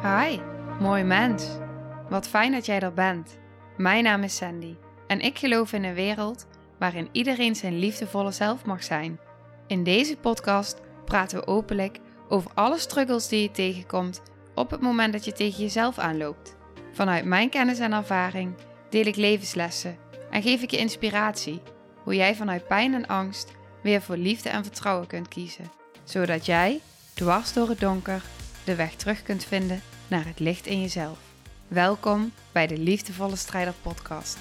Hi, mooi mens. Wat fijn dat jij er bent. Mijn naam is Sandy en ik geloof in een wereld waarin iedereen zijn liefdevolle zelf mag zijn. In deze podcast praten we openlijk over alle struggles die je tegenkomt op het moment dat je tegen jezelf aanloopt. Vanuit mijn kennis en ervaring deel ik levenslessen en geef ik je inspiratie hoe jij vanuit pijn en angst weer voor liefde en vertrouwen kunt kiezen, zodat jij, dwars door het donker, de weg terug kunt vinden naar het licht in jezelf. Welkom bij de Liefdevolle Strijder podcast.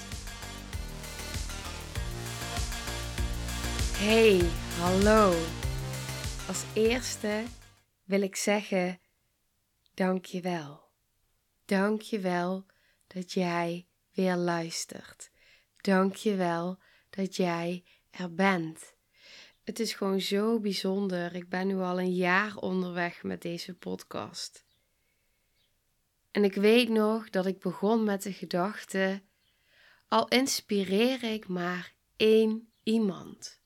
Hey, hallo. Als eerste wil ik zeggen, dank je wel. Dank je wel dat jij weer luistert. Dank je wel dat jij er bent. Het is gewoon zo bijzonder. Ik ben nu al een jaar onderweg met deze podcast. En ik weet nog dat ik begon met de gedachte, al inspireer ik maar 1 iemand.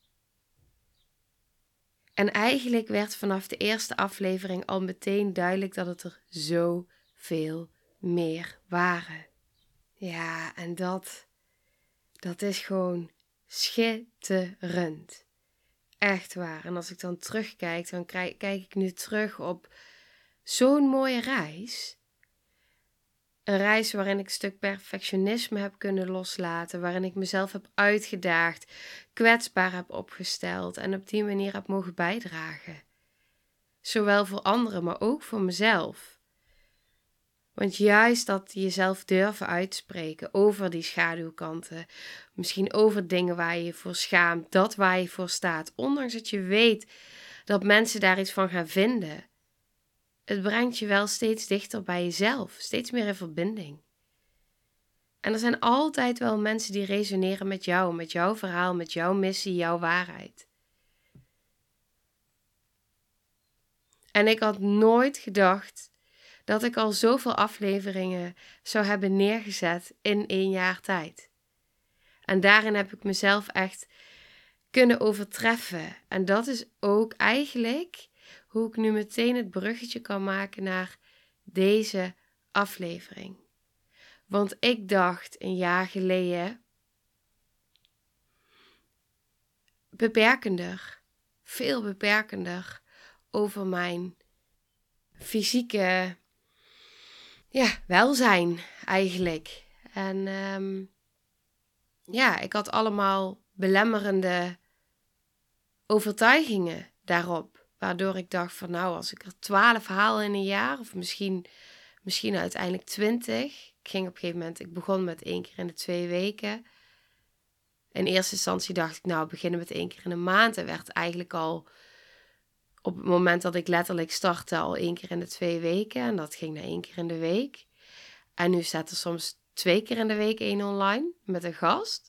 En eigenlijk werd vanaf de eerste aflevering al meteen duidelijk dat het er zoveel meer waren. Ja, en dat is gewoon schitterend. Echt waar. En als ik dan terugkijk, dan kijk ik nu terug op zo'n mooie reis. Een reis waarin ik een stuk perfectionisme heb kunnen loslaten, waarin ik mezelf heb uitgedaagd, kwetsbaar heb opgesteld en op die manier heb mogen bijdragen. Zowel voor anderen, maar ook voor mezelf. Want juist dat jezelf durven uitspreken over die schaduwkanten, misschien over dingen waar je je voor schaamt, dat waar je voor staat, ondanks dat je weet dat mensen daar iets van gaan vinden. Het brengt je wel steeds dichter bij jezelf, steeds meer in verbinding. En er zijn altijd wel mensen die resoneren met jou, met jouw verhaal, met jouw missie, jouw waarheid. En ik had nooit gedacht dat ik al zoveel afleveringen zou hebben neergezet in 1 jaar tijd. En daarin heb ik mezelf echt kunnen overtreffen. En dat is ook eigenlijk hoe ik nu meteen het bruggetje kan maken naar deze aflevering. Want ik dacht 1 jaar geleden veel beperkender over mijn fysieke welzijn eigenlijk. En ik had allemaal belemmerende overtuigingen daarop. Waardoor ik dacht van als ik er 12 haal in een jaar, of misschien uiteindelijk 20. Ik begon met 1 keer in de 2 weken. In eerste instantie dacht ik beginnen met 1 keer in de maand. En werd eigenlijk al op het moment dat ik letterlijk startte al 1 keer in de 2 weken. En dat ging naar 1 keer in de week. En nu staat er soms 2 keer in de week 1 online met een gast.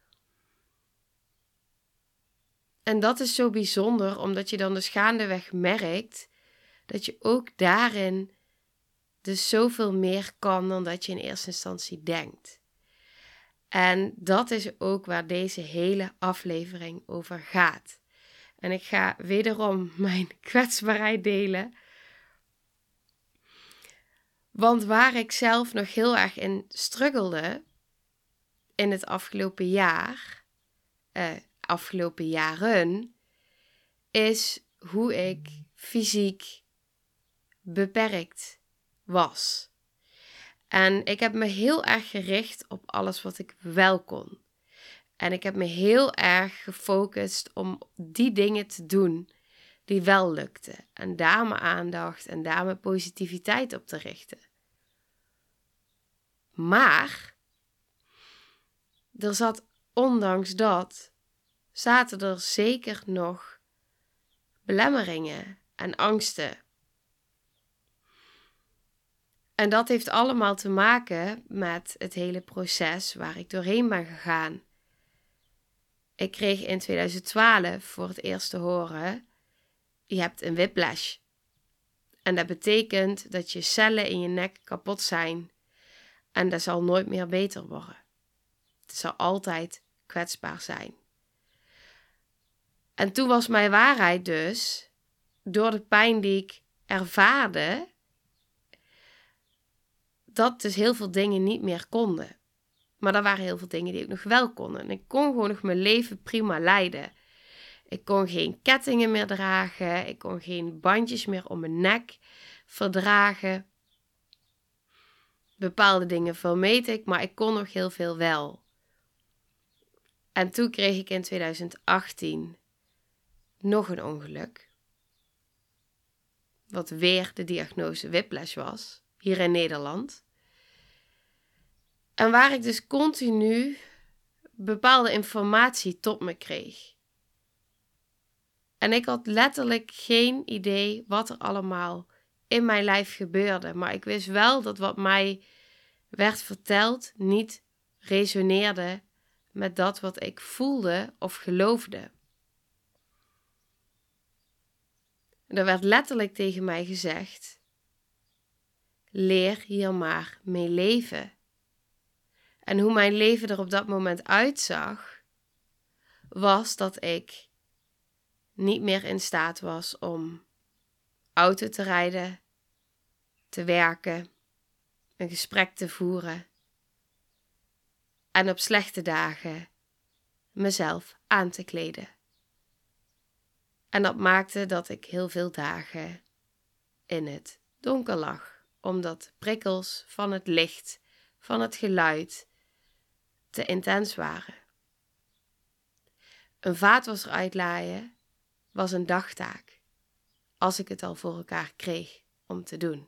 En dat is zo bijzonder, omdat je dan dus gaandeweg merkt dat je ook daarin dus zoveel meer kan dan dat je in eerste instantie denkt. En dat is ook waar deze hele aflevering over gaat. En ik ga wederom mijn kwetsbaarheid delen. Want waar ik zelf nog heel erg in struggelde in het afgelopen jaren, is hoe ik fysiek beperkt was. En ik heb me heel erg gericht op alles wat ik wel kon. En ik heb me heel erg gefocust om die dingen te doen die wel lukten. En daar mijn aandacht en daar mijn positiviteit op te richten. Maar ondanks dat zaten er zeker nog belemmeringen en angsten. En dat heeft allemaal te maken met het hele proces waar ik doorheen ben gegaan. Ik kreeg in 2012 voor het eerst te horen, je hebt een whiplash. En dat betekent dat je cellen in je nek kapot zijn. En dat zal nooit meer beter worden. Het zal altijd kwetsbaar zijn. En toen was mijn waarheid dus, door de pijn die ik ervaarde, dat dus heel veel dingen niet meer konden. Maar er waren heel veel dingen die ik nog wel kon. En ik kon gewoon nog mijn leven prima leiden. Ik kon geen kettingen meer dragen. Ik kon geen bandjes meer om mijn nek verdragen. Bepaalde dingen vermeed ik, maar ik kon nog heel veel wel. En toen kreeg ik in 2018 nog een ongeluk. Wat weer de diagnose whiplash was, hier in Nederland. En waar ik dus continu bepaalde informatie tot me kreeg. En ik had letterlijk geen idee wat er allemaal in mijn lijf gebeurde. Maar ik wist wel dat wat mij werd verteld niet resoneerde met dat wat ik voelde of geloofde. Er werd letterlijk tegen mij gezegd: leer hier maar mee leven. En hoe mijn leven er op dat moment uitzag, was dat ik niet meer in staat was om auto te rijden, te werken, een gesprek te voeren en op slechte dagen mezelf aan te kleden. En dat maakte dat ik heel veel dagen in het donker lag, omdat prikkels van het licht, van het geluid te intens waren. Een vaatwasser uitlaaien was een dagtaak, als ik het al voor elkaar kreeg om te doen.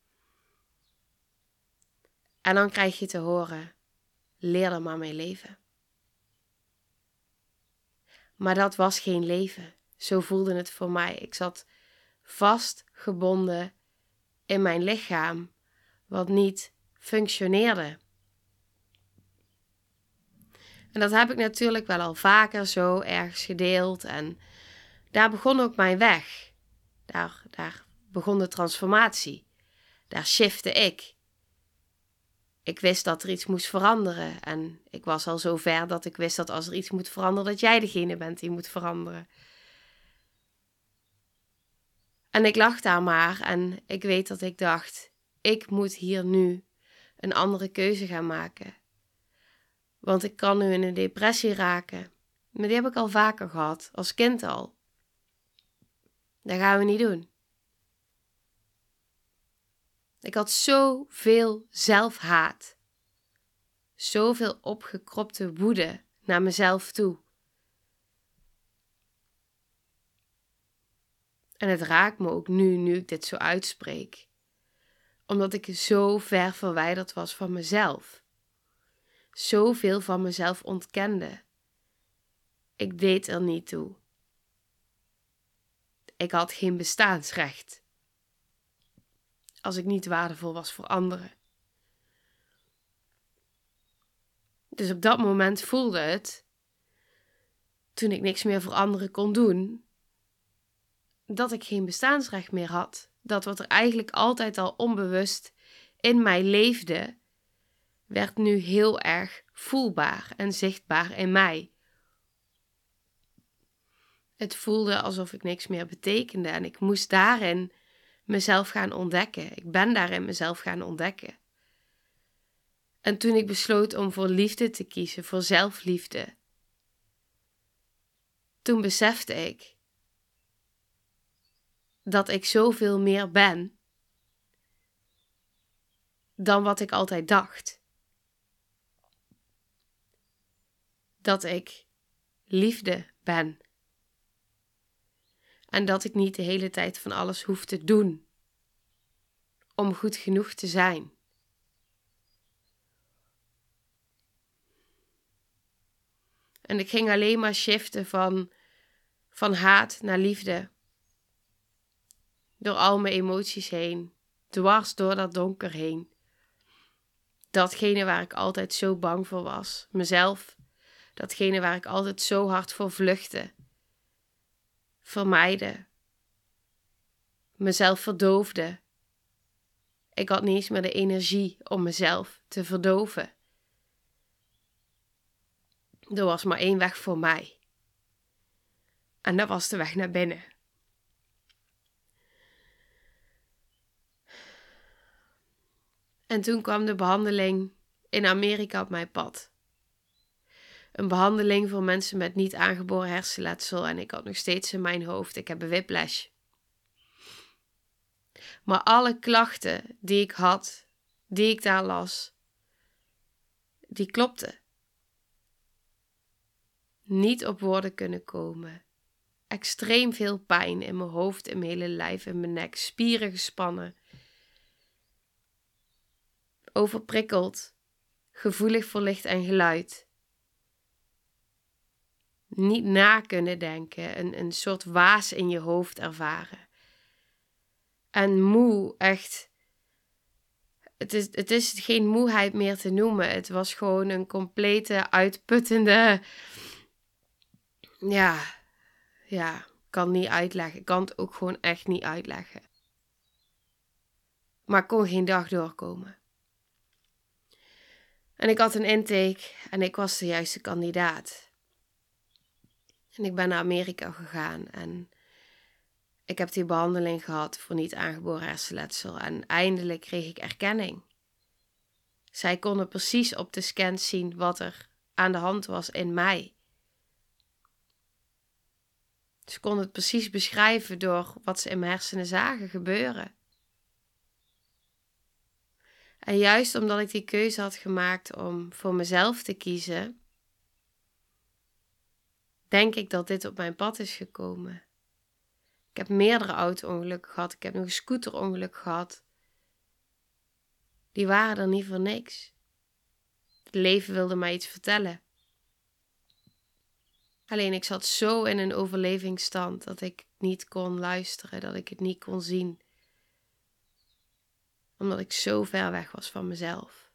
En dan krijg je te horen: leer er maar mee leven. Maar dat was geen leven. Zo voelde het voor mij. Ik zat vastgebonden in mijn lichaam, wat niet functioneerde. En dat heb ik natuurlijk wel al vaker zo ergens gedeeld. En daar begon ook mijn weg. Daar begon de transformatie. Daar shifte ik. Ik wist dat er iets moest veranderen. En ik was al zo ver dat ik wist dat als er iets moet veranderen, dat jij degene bent die moet veranderen. En ik lag daar maar en ik weet dat ik dacht: ik moet hier nu een andere keuze gaan maken. Want ik kan nu in een depressie raken. Maar die heb ik al vaker gehad, als kind al. Dat gaan we niet doen. Ik had zoveel zelfhaat. Zoveel opgekropte woede naar mezelf toe. En het raakt me ook nu ik dit zo uitspreek. Omdat ik zo ver verwijderd was van mezelf. Zoveel van mezelf ontkende. Ik deed er niet toe. Ik had geen bestaansrecht. Als ik niet waardevol was voor anderen. Dus op dat moment voelde het, toen ik niks meer voor anderen kon doen, dat ik geen bestaansrecht meer had. Dat wat er eigenlijk altijd al onbewust in mij leefde, werd nu heel erg voelbaar en zichtbaar in mij. Het voelde alsof ik niks meer betekende en ik moest daarin mezelf gaan ontdekken. Ik ben daarin mezelf gaan ontdekken. En toen ik besloot om voor liefde te kiezen, voor zelfliefde, toen besefte ik dat ik zoveel meer ben dan wat ik altijd dacht. Dat ik liefde ben. En dat ik niet de hele tijd van alles hoef te doen om goed genoeg te zijn. En ik ging alleen maar shiften van haat naar liefde. Door al mijn emoties heen. Dwars door dat donker heen. Datgene waar ik altijd zo bang voor was. Mezelf. Datgene waar ik altijd zo hard voor vluchtte. Vermijden. Mezelf verdoofde. Ik had niet eens meer de energie om mezelf te verdoven. Er was maar één weg voor mij. En dat was de weg naar binnen. En toen kwam de behandeling in Amerika op mijn pad. Een behandeling voor mensen met niet aangeboren hersenletsel. En ik had nog steeds in mijn hoofd, ik heb een whiplash. Maar alle klachten die ik had, die ik daar las, die klopten. Niet op woorden kunnen komen. Extreem veel pijn in mijn hoofd, in mijn hele lijf, in mijn nek. Spieren gespannen. Overprikkeld. Gevoelig voor licht en geluid. Niet na kunnen denken. Een soort waas in je hoofd ervaren. En moe, echt. Het is geen moeheid meer te noemen. Het was gewoon een complete, uitputtende... Ja, kan niet uitleggen. Ik kan het ook gewoon echt niet uitleggen. Maar ik kon geen dag doorkomen. En ik had een intake en ik was de juiste kandidaat. En ik ben naar Amerika gegaan en ik heb die behandeling gehad voor niet aangeboren hersenletsel. En eindelijk kreeg ik erkenning. Zij konden precies op de scans zien wat er aan de hand was in mij. Ze konden het precies beschrijven door wat ze in mijn hersenen zagen gebeuren. En juist omdat ik die keuze had gemaakt om voor mezelf te kiezen, denk ik dat dit op mijn pad is gekomen. Ik heb meerdere auto-ongelukken gehad. Ik heb nog een scooterongeluk gehad. Die waren er niet voor niks. Het leven wilde mij iets vertellen. Alleen ik zat zo in een overlevingsstand dat ik niet kon luisteren, dat ik het niet kon zien. Omdat ik zo ver weg was van mezelf.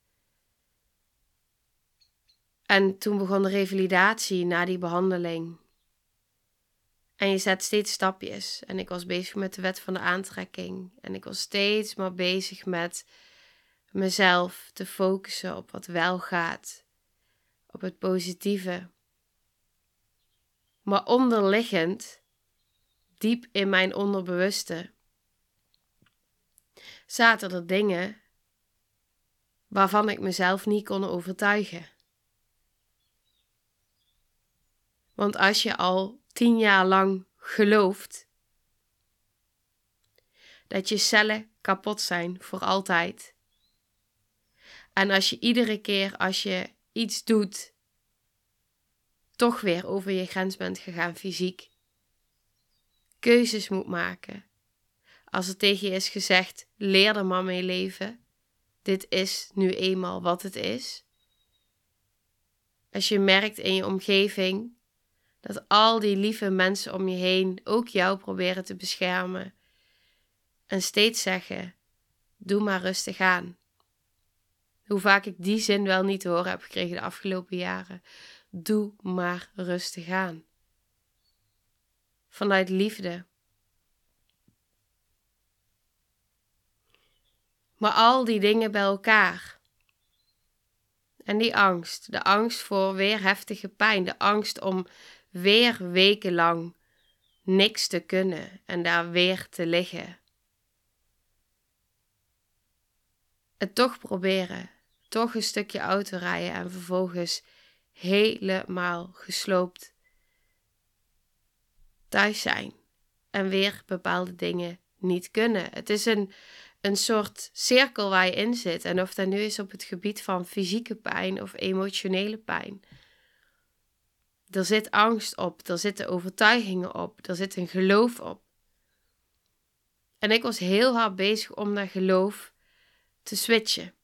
En toen begon de revalidatie na die behandeling. En je zet steeds stapjes. En ik was bezig met de wet van de aantrekking. En ik was steeds maar bezig met mezelf te focussen op wat wel gaat. Op het positieve. Maar onderliggend, diep in mijn onderbewuste, zaten er dingen waarvan ik mezelf niet kon overtuigen. Want als je al 10 jaar lang gelooft dat je cellen kapot zijn voor altijd. En als je iedere keer als je iets doet, toch weer over je grens bent gegaan fysiek. Keuzes moet maken. Als er tegen je is gezegd, leer er maar mee leven. Dit is nu eenmaal wat het is. Als je merkt in je omgeving dat al die lieve mensen om je heen ook jou proberen te beschermen. En steeds zeggen, doe maar rustig aan. Hoe vaak ik die zin wel niet te horen heb gekregen de afgelopen jaren. Doe maar rustig aan. Vanuit liefde. Maar al die dingen bij elkaar. En die angst. De angst voor weer heftige pijn. De angst om weer wekenlang niks te kunnen. En daar weer te liggen. Het toch proberen. Toch een stukje auto rijden. En vervolgens helemaal gesloopt thuis zijn. En weer bepaalde dingen niet kunnen. Het is een soort cirkel waar je in zit. En of dat nu is op het gebied van fysieke pijn of emotionele pijn. Er zit angst op, er zitten overtuigingen op, er zit een geloof op. En ik was heel hard bezig om dat geloof te switchen.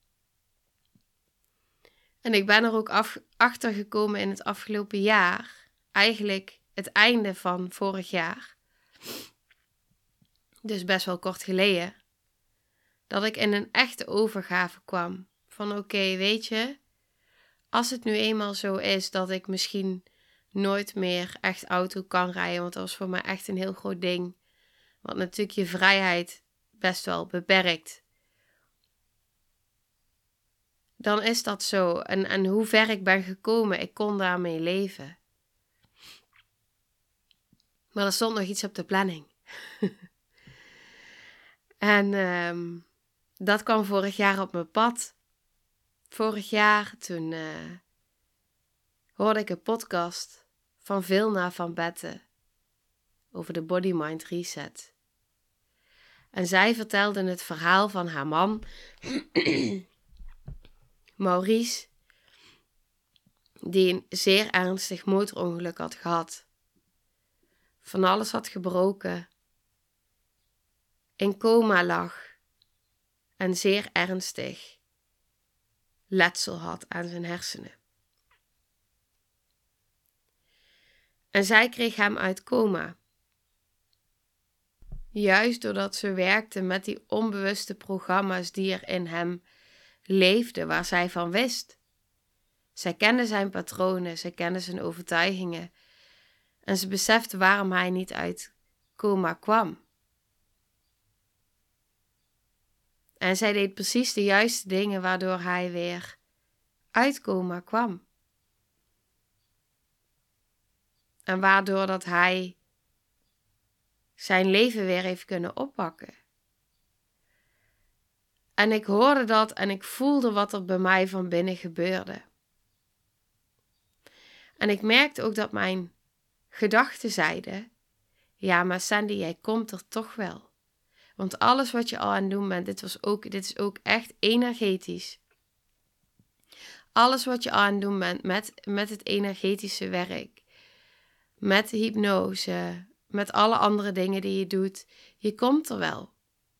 En ik ben er ook achter gekomen in het afgelopen jaar. Eigenlijk het einde van vorig jaar. Dus best wel kort geleden. Dat ik in een echte overgave kwam. Van oké, weet je, als het nu eenmaal zo is dat ik misschien nooit meer echt auto kan rijden. Want dat was voor mij echt een heel groot ding. Wat natuurlijk je vrijheid best wel beperkt. Dan is dat zo. En hoe ver ik ben gekomen, ik kon daarmee leven. Maar er stond nog iets op de planning. En dat kwam vorig jaar op mijn pad. Vorig jaar, toen hoorde ik een podcast van Vilna van Betten over de Body-Mind Reset. En zij vertelde het verhaal van haar man, Maurice, die een zeer ernstig motorongeluk had gehad. Van alles had gebroken, in coma lag en zeer ernstig letsel had aan zijn hersenen. En zij kreeg hem uit coma. Juist doordat ze werkte met die onbewuste programma's die er in hem leefden, waar zij van wist. Zij kende zijn patronen, zij kende zijn overtuigingen. En ze besefte waarom hij niet uit coma kwam. En zij deed precies de juiste dingen waardoor hij weer uit coma kwam. En waardoor dat hij zijn leven weer heeft kunnen oppakken. En ik hoorde dat en ik voelde wat er bij mij van binnen gebeurde. En ik merkte ook dat mijn gedachten zeiden, ja, maar Sandy, jij komt er toch wel. Want alles wat je al aan het doen bent, dit is ook echt energetisch. Alles wat je al aan het doen bent met het energetische werk, met de hypnose, met alle andere dingen die je doet, je komt er wel.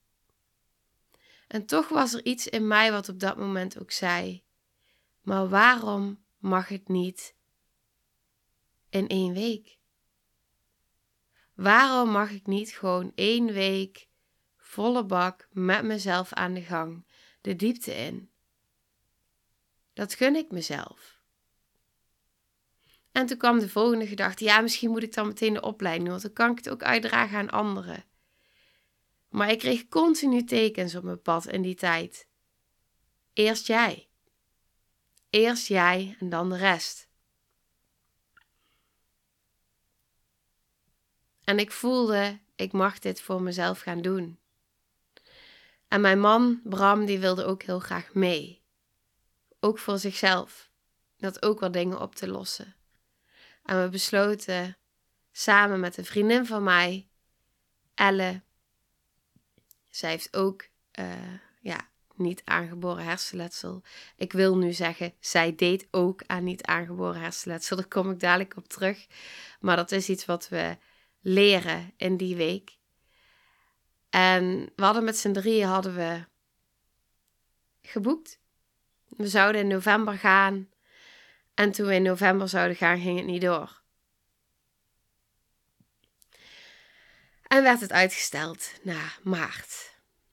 En toch was er iets in mij wat op dat moment ook zei, maar waarom mag het niet in 1 week? Waarom mag ik niet gewoon 1 week volle bak met mezelf aan de gang, de diepte in? Dat gun ik mezelf. En toen kwam de volgende gedachte, ja, misschien moet ik dan meteen de opleiding doen, want dan kan ik het ook uitdragen aan anderen. Maar ik kreeg continu tekens op mijn pad in die tijd. Eerst jij. Eerst jij en dan de rest. En ik voelde, ik mag dit voor mezelf gaan doen. En mijn man, Bram, die wilde ook heel graag mee. Ook voor zichzelf. Dat ook wat dingen op te lossen. En we besloten, samen met een vriendin van mij, Elle. Zij heeft ook, niet aangeboren hersenletsel. Ik wil nu zeggen, zij deed ook aan niet aangeboren hersenletsel. Daar kom ik dadelijk op terug. Maar dat is iets wat we leren in die week. En we hadden met z'n drieën geboekt. We zouden in november gaan. En toen we in november zouden gaan, ging het niet door. En werd het uitgesteld naar maart.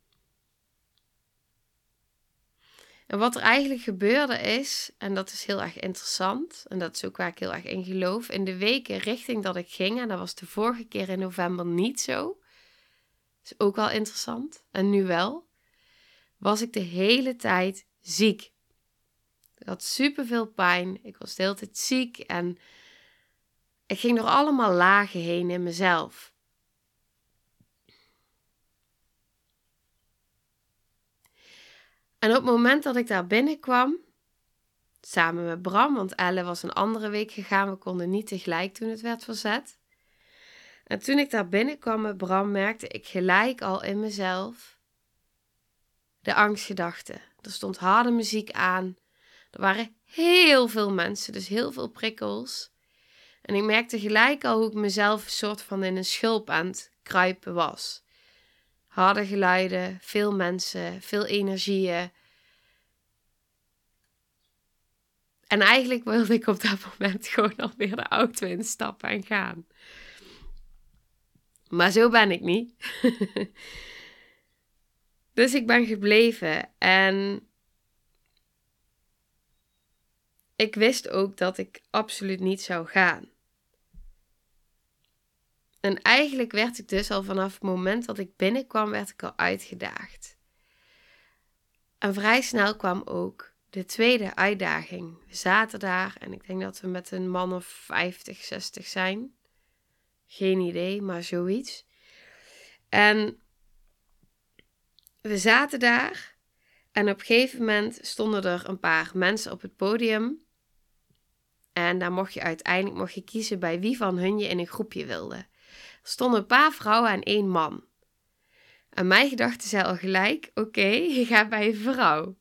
En wat er eigenlijk gebeurde is, en dat is heel erg interessant, en dat is ook waar ik heel erg in geloof, in de weken richting dat ik ging, en dat was de vorige keer in november niet zo, is ook wel interessant, en nu wel, was ik de hele tijd ziek. Ik had superveel pijn, ik was de hele tijd ziek en ik ging door allemaal lagen heen in mezelf. En op het moment dat ik daar binnenkwam, samen met Bram, want Elle was een andere week gegaan, we konden niet tegelijk toen het werd verzet. En toen ik daar binnenkwam met Bram, merkte ik gelijk al in mezelf de angstgedachten. Er stond harde muziek aan, er waren heel veel mensen, dus heel veel prikkels. En ik merkte gelijk al hoe ik mezelf een soort van in een schulp aan het kruipen was. Harde geluiden, veel mensen, veel energieën. En eigenlijk wilde ik op dat moment gewoon alweer de auto instappen en gaan. Maar zo ben ik niet. Dus ik ben gebleven en ik wist ook dat ik absoluut niet zou gaan. En eigenlijk werd ik dus al vanaf het moment dat ik binnenkwam, werd ik al uitgedaagd. En vrij snel kwam ook de tweede uitdaging. We zaten daar en ik denk dat we met een man of 50, 60 zijn. Geen idee, maar zoiets. En we zaten daar En op een gegeven moment stonden er een paar mensen op het podium. En daar mocht je kiezen bij wie van hun je in een groepje wilde. Er stonden een paar vrouwen en 1 man. En mijn gedachten zei al gelijk, oké, je gaat bij een vrouw.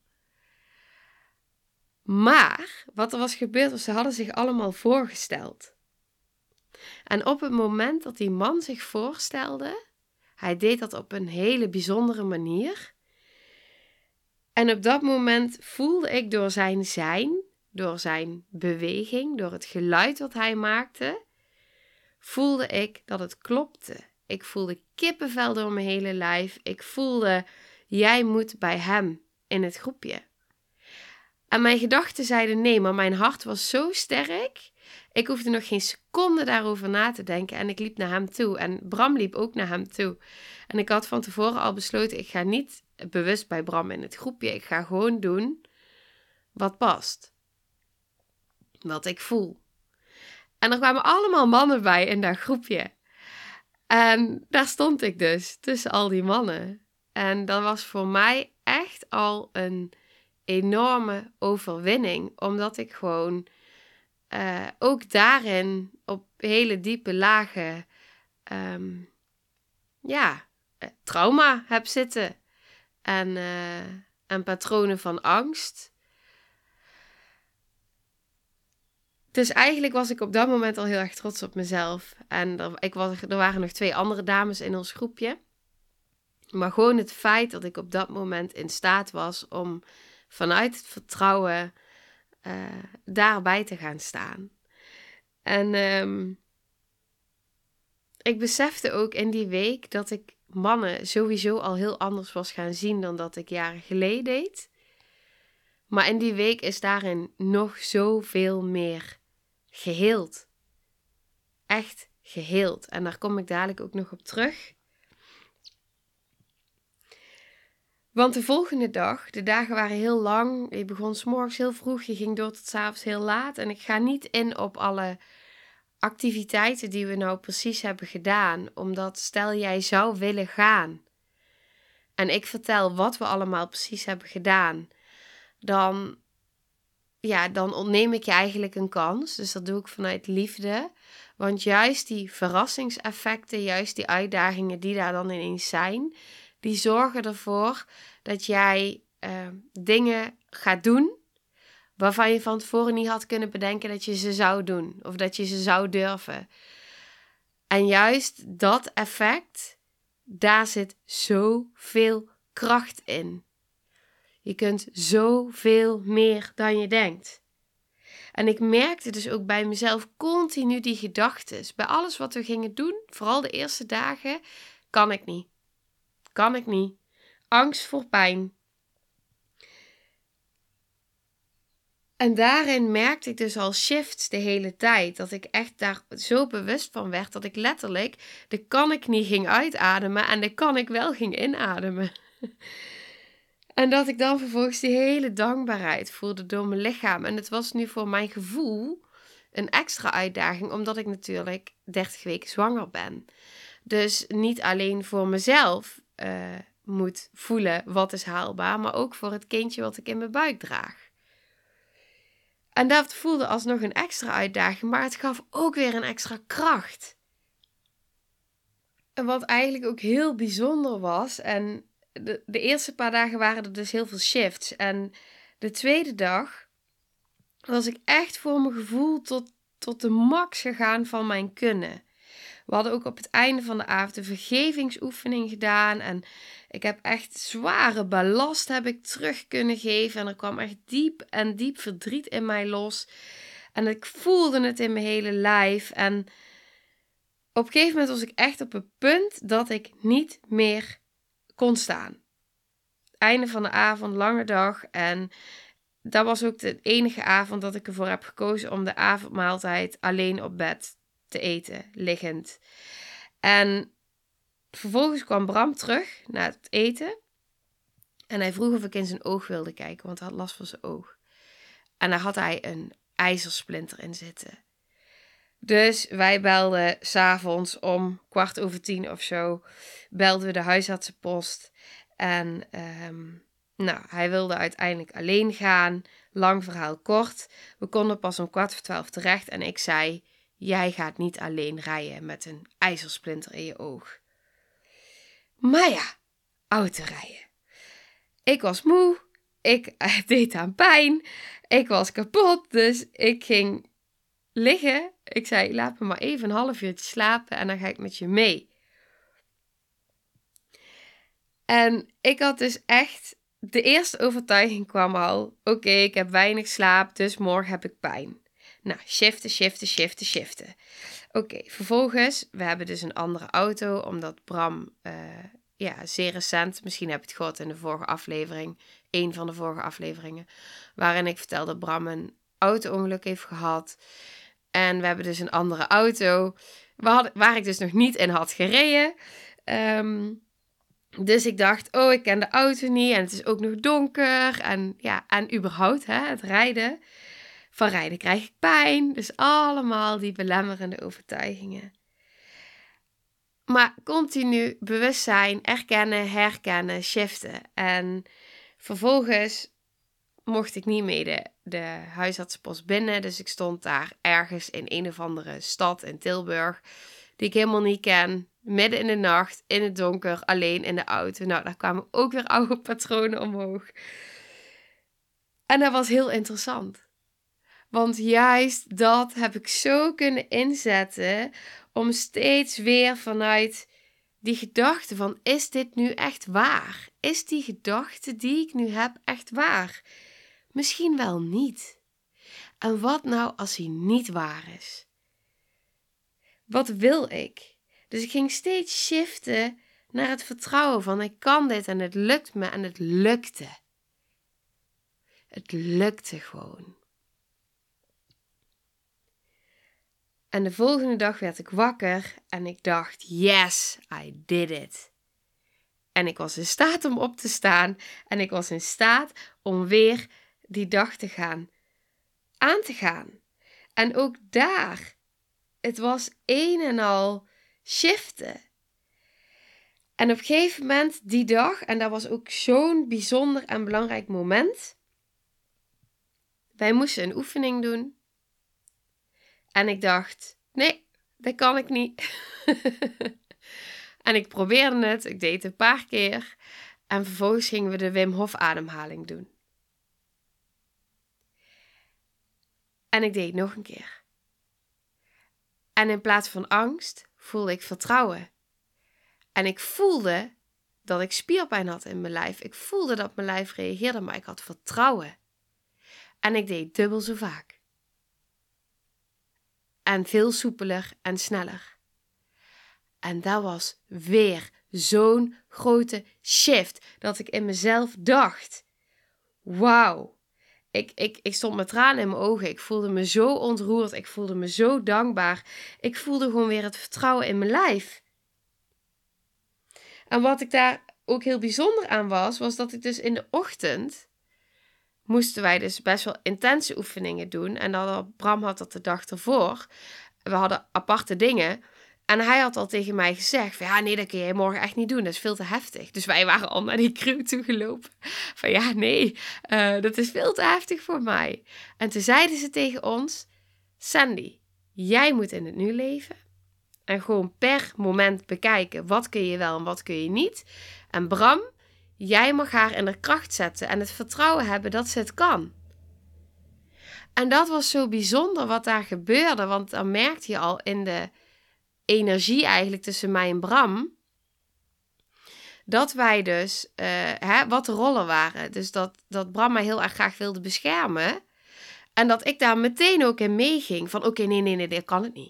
Maar wat er was gebeurd was, ze hadden zich allemaal voorgesteld. En op het moment dat die man zich voorstelde, hij deed dat op een hele bijzondere manier. En op dat moment voelde ik door zijn zijn, door zijn beweging, door het geluid wat hij maakte, voelde ik dat het klopte. Ik voelde kippenvel door mijn hele lijf. Ik voelde, jij moet bij hem in het groepje. En mijn gedachten zeiden nee, maar mijn hart was zo sterk. Ik hoefde nog geen seconde daarover na te denken en ik liep naar hem toe. En Bram liep ook naar hem toe. En ik had van tevoren al besloten, ik ga niet bewust bij Bram in het groepje. Ik ga gewoon doen wat past. Wat ik voel. En er kwamen allemaal mannen bij in dat groepje. En daar stond ik dus, tussen al die mannen. En dat was voor mij echt al een enorme overwinning. Omdat ik gewoon ook daarin op hele diepe lagen trauma heb zitten. En patronen van angst. Dus eigenlijk was ik op dat moment al heel erg trots op mezelf. En er waren nog 2 andere dames in ons groepje. Maar gewoon het feit dat ik op dat moment in staat was om vanuit het vertrouwen daarbij te gaan staan. En ik besefte ook in die week dat ik mannen sowieso al heel anders was gaan zien dan dat ik jaren geleden deed. Maar in die week is daarin nog zoveel meer geheeld. Echt geheeld. En daar kom ik dadelijk ook nog op terug. Want de volgende dag, de dagen waren heel lang. Je begon 's morgens heel vroeg, je ging door tot 's avonds heel laat. En ik ga niet in op alle activiteiten die we nou precies hebben gedaan. Omdat stel jij zou willen gaan en ik vertel wat we allemaal precies hebben gedaan, dan ontneem ik je eigenlijk een kans. Dus dat doe ik vanuit liefde. Want juist die verrassingseffecten, juist die uitdagingen die daar dan ineens zijn, die zorgen ervoor dat jij dingen gaat doen waarvan je van tevoren niet had kunnen bedenken dat je ze zou doen. Of dat je ze zou durven. En juist dat effect, daar zit zoveel kracht in. Je kunt zoveel meer dan je denkt. En ik merkte dus ook bij mezelf continu die gedachtes. Bij alles wat we gingen doen, vooral de eerste dagen, kan ik niet. Kan ik niet. Angst voor pijn. En daarin merkte ik dus al shifts de hele tijd. Dat ik echt daar zo bewust van werd dat ik letterlijk de kan ik niet ging uitademen en de kan ik wel ging inademen. En dat ik dan vervolgens die hele dankbaarheid voelde door mijn lichaam. En het was nu voor mijn gevoel een extra uitdaging, omdat ik natuurlijk 30 weken zwanger ben. Dus niet alleen voor mezelf moet voelen wat is haalbaar, maar ook voor het kindje wat ik in mijn buik draag. En dat voelde alsnog een extra uitdaging, maar het gaf ook weer een extra kracht. En wat eigenlijk ook heel bijzonder was, en de eerste paar dagen waren er dus heel veel shifts. En de tweede dag was ik echt voor mijn gevoel tot de max gegaan van mijn kunnen. We hadden ook op het einde van de avond een vergevingsoefening gedaan. En ik heb echt zware ballast heb ik terug kunnen geven. En er kwam echt diep verdriet in mij los. En ik voelde het in mijn hele lijf. En op een gegeven moment was ik echt op het punt dat ik niet meer kon staan. Einde van de avond, lange dag. En dat was ook de enige avond dat ik ervoor heb gekozen om de avondmaaltijd alleen op bed te eten, liggend. En vervolgens kwam Bram terug na het eten. En hij vroeg of ik in zijn oog wilde kijken, want hij had last van zijn oog. En daar had hij een ijzersplinter in zitten. Dus wij belden 's avonds om 10:15 of zo, belden we de huisartsenpost. En Nou, hij wilde uiteindelijk alleen gaan. Lang verhaal kort. We konden pas om 11:15 terecht en ik zei, jij gaat niet alleen rijden met een ijzersplinter in je oog. Maar ja, autorijden. Ik was moe, het deed aan pijn, ik was kapot, dus ik ging liggen. Ik zei, laat me maar even een half uurtje slapen en dan ga ik met je mee. En ik had dus echt, de eerste overtuiging kwam al, oké, ik heb weinig slaap, dus morgen heb ik pijn. Nou, shiften. Oké, vervolgens, we hebben dus een andere auto, omdat Bram, zeer recent, misschien heb je het gehoord in de vorige aflevering, een van de vorige afleveringen, waarin ik vertelde dat Bram een auto-ongeluk heeft gehad. En we hebben dus een andere auto, waar ik dus nog niet in had gereden. Dus ik dacht, ik ken de auto niet en het is ook nog donker. En überhaupt, het rijden. Van rijden krijg ik pijn. Dus allemaal die belemmerende overtuigingen. Maar continu bewustzijn, erkennen, herkennen, shiften. En vervolgens mocht ik niet mee de huisartsenpost binnen. Dus ik stond daar ergens in een of andere stad in Tilburg, die ik helemaal niet ken. Midden in de nacht, in het donker, alleen in de auto. Nou, daar kwamen ook weer oude patronen omhoog. En dat was heel interessant. Want juist dat heb ik zo kunnen inzetten om steeds weer vanuit die gedachte van, is dit nu echt waar? Is die gedachte die ik nu heb echt waar? Misschien wel niet. En wat nou als hij niet waar is? Wat wil ik? Dus ik ging steeds shiften naar het vertrouwen van, ik kan dit en het lukt me en het lukte. Het lukte gewoon. En de volgende dag werd ik wakker en ik dacht, yes, I did it. En ik was in staat om op te staan en ik was in staat om weer die dag aan te gaan. En ook daar, het was een en al shiften. En op een gegeven moment die dag, en dat was ook zo'n bijzonder en belangrijk moment. Wij moesten een oefening doen. En ik dacht, nee, dat kan ik niet. En ik probeerde het, ik deed het een paar keer. En vervolgens gingen we de Wim Hof ademhaling doen. En ik deed het nog een keer. En in plaats van angst voelde ik vertrouwen. En ik voelde dat ik spierpijn had in mijn lijf. Ik voelde dat mijn lijf reageerde, maar ik had vertrouwen. En ik deed dubbel zo vaak. En veel soepeler en sneller. En dat was weer zo'n grote shift dat ik in mezelf dacht, wauw. Ik stond met tranen in mijn ogen. Ik voelde me zo ontroerd. Ik voelde me zo dankbaar. Ik voelde gewoon weer het vertrouwen in mijn lijf. En wat ik daar ook heel bijzonder aan was dat ik dus in de ochtend moesten wij dus best wel intense oefeningen doen. En Bram had dat de dag ervoor. We hadden aparte dingen. En hij had al tegen mij gezegd van, ja, nee, dat kun je morgen echt niet doen. Dat is veel te heftig. Dus wij waren al naar die crew toe gelopen. Van ja, nee, dat is veel te heftig voor mij. En toen zeiden ze tegen ons, Sandy, jij moet in het nu leven. En gewoon per moment bekijken, wat kun je wel en wat kun je niet. En Bram, jij mag haar in haar kracht zetten en het vertrouwen hebben dat ze het kan. En dat was zo bijzonder wat daar gebeurde. Want dan merkte je al in de energie eigenlijk tussen mij en Bram, dat wij dus, wat de rollen waren. Dus dat Bram mij heel erg graag wilde beschermen. En dat ik daar meteen ook in meeging. Van oké, nee, dat kan het niet.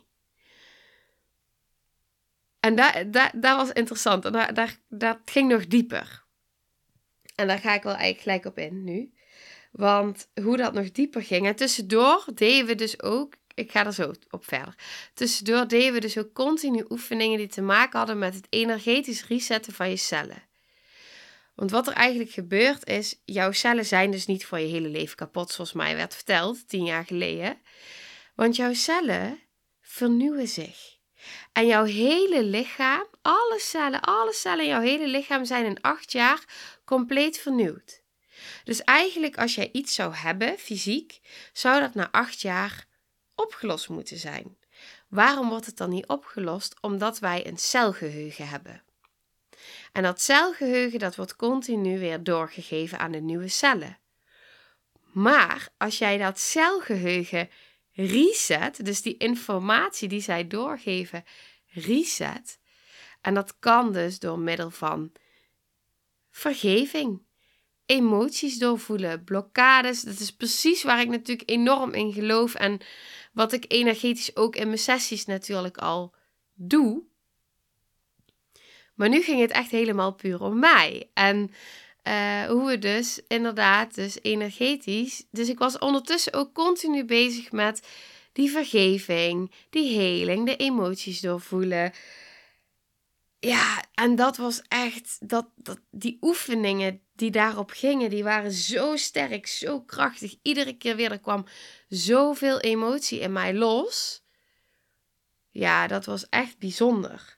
En dat was interessant. En dat ging nog dieper. En daar ga ik wel eigenlijk gelijk op in nu. Want hoe dat nog dieper ging. En tussendoor deden we dus ook, ik ga er zo op verder. Tussendoor deden we dus ook continu oefeningen die te maken hadden met het energetisch resetten van je cellen. Want wat er eigenlijk gebeurt is, jouw cellen zijn dus niet voor je hele leven kapot, zoals mij werd verteld 10 jaar geleden. Want jouw cellen vernieuwen zich. En jouw hele lichaam, alle cellen in jouw hele lichaam zijn in 8 jaar compleet vernieuwd. Dus eigenlijk als jij iets zou hebben, fysiek, zou dat na 8 jaar opgelost moeten zijn. Waarom wordt het dan niet opgelost? Omdat wij een celgeheugen hebben. En dat celgeheugen dat wordt continu weer doorgegeven aan de nieuwe cellen. Maar als jij dat celgeheugen reset, dus die informatie die zij doorgeven, reset. En dat kan dus door middel van vergeving, emoties doorvoelen, blokkades. Dat is precies waar ik natuurlijk enorm in geloof en wat ik energetisch ook in mijn sessies natuurlijk al doe. Maar nu ging het echt helemaal puur om mij. En hoe we dus inderdaad, dus energetisch. Dus ik was ondertussen ook continu bezig met die vergeving, die heling, de emoties doorvoelen. Ja, en dat was echt, die oefeningen die daarop gingen, die waren zo sterk, zo krachtig. Iedere keer weer, er kwam zoveel emotie in mij los. Ja, dat was echt bijzonder.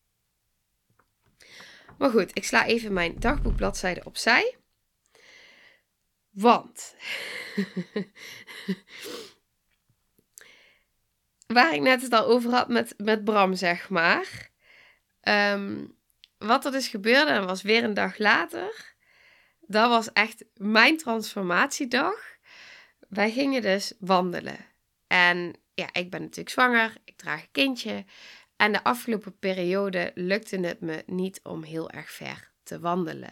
Maar goed, ik sla even mijn dagboekbladzijde opzij. Want waar ik net het al over had met Bram, zeg maar. Wat er dus gebeurde, en was weer een dag later. Dat was echt mijn transformatiedag. Wij gingen dus wandelen. En ja, ik ben natuurlijk zwanger. Ik draag een kindje. En de afgelopen periode lukte het me niet om heel erg ver te wandelen.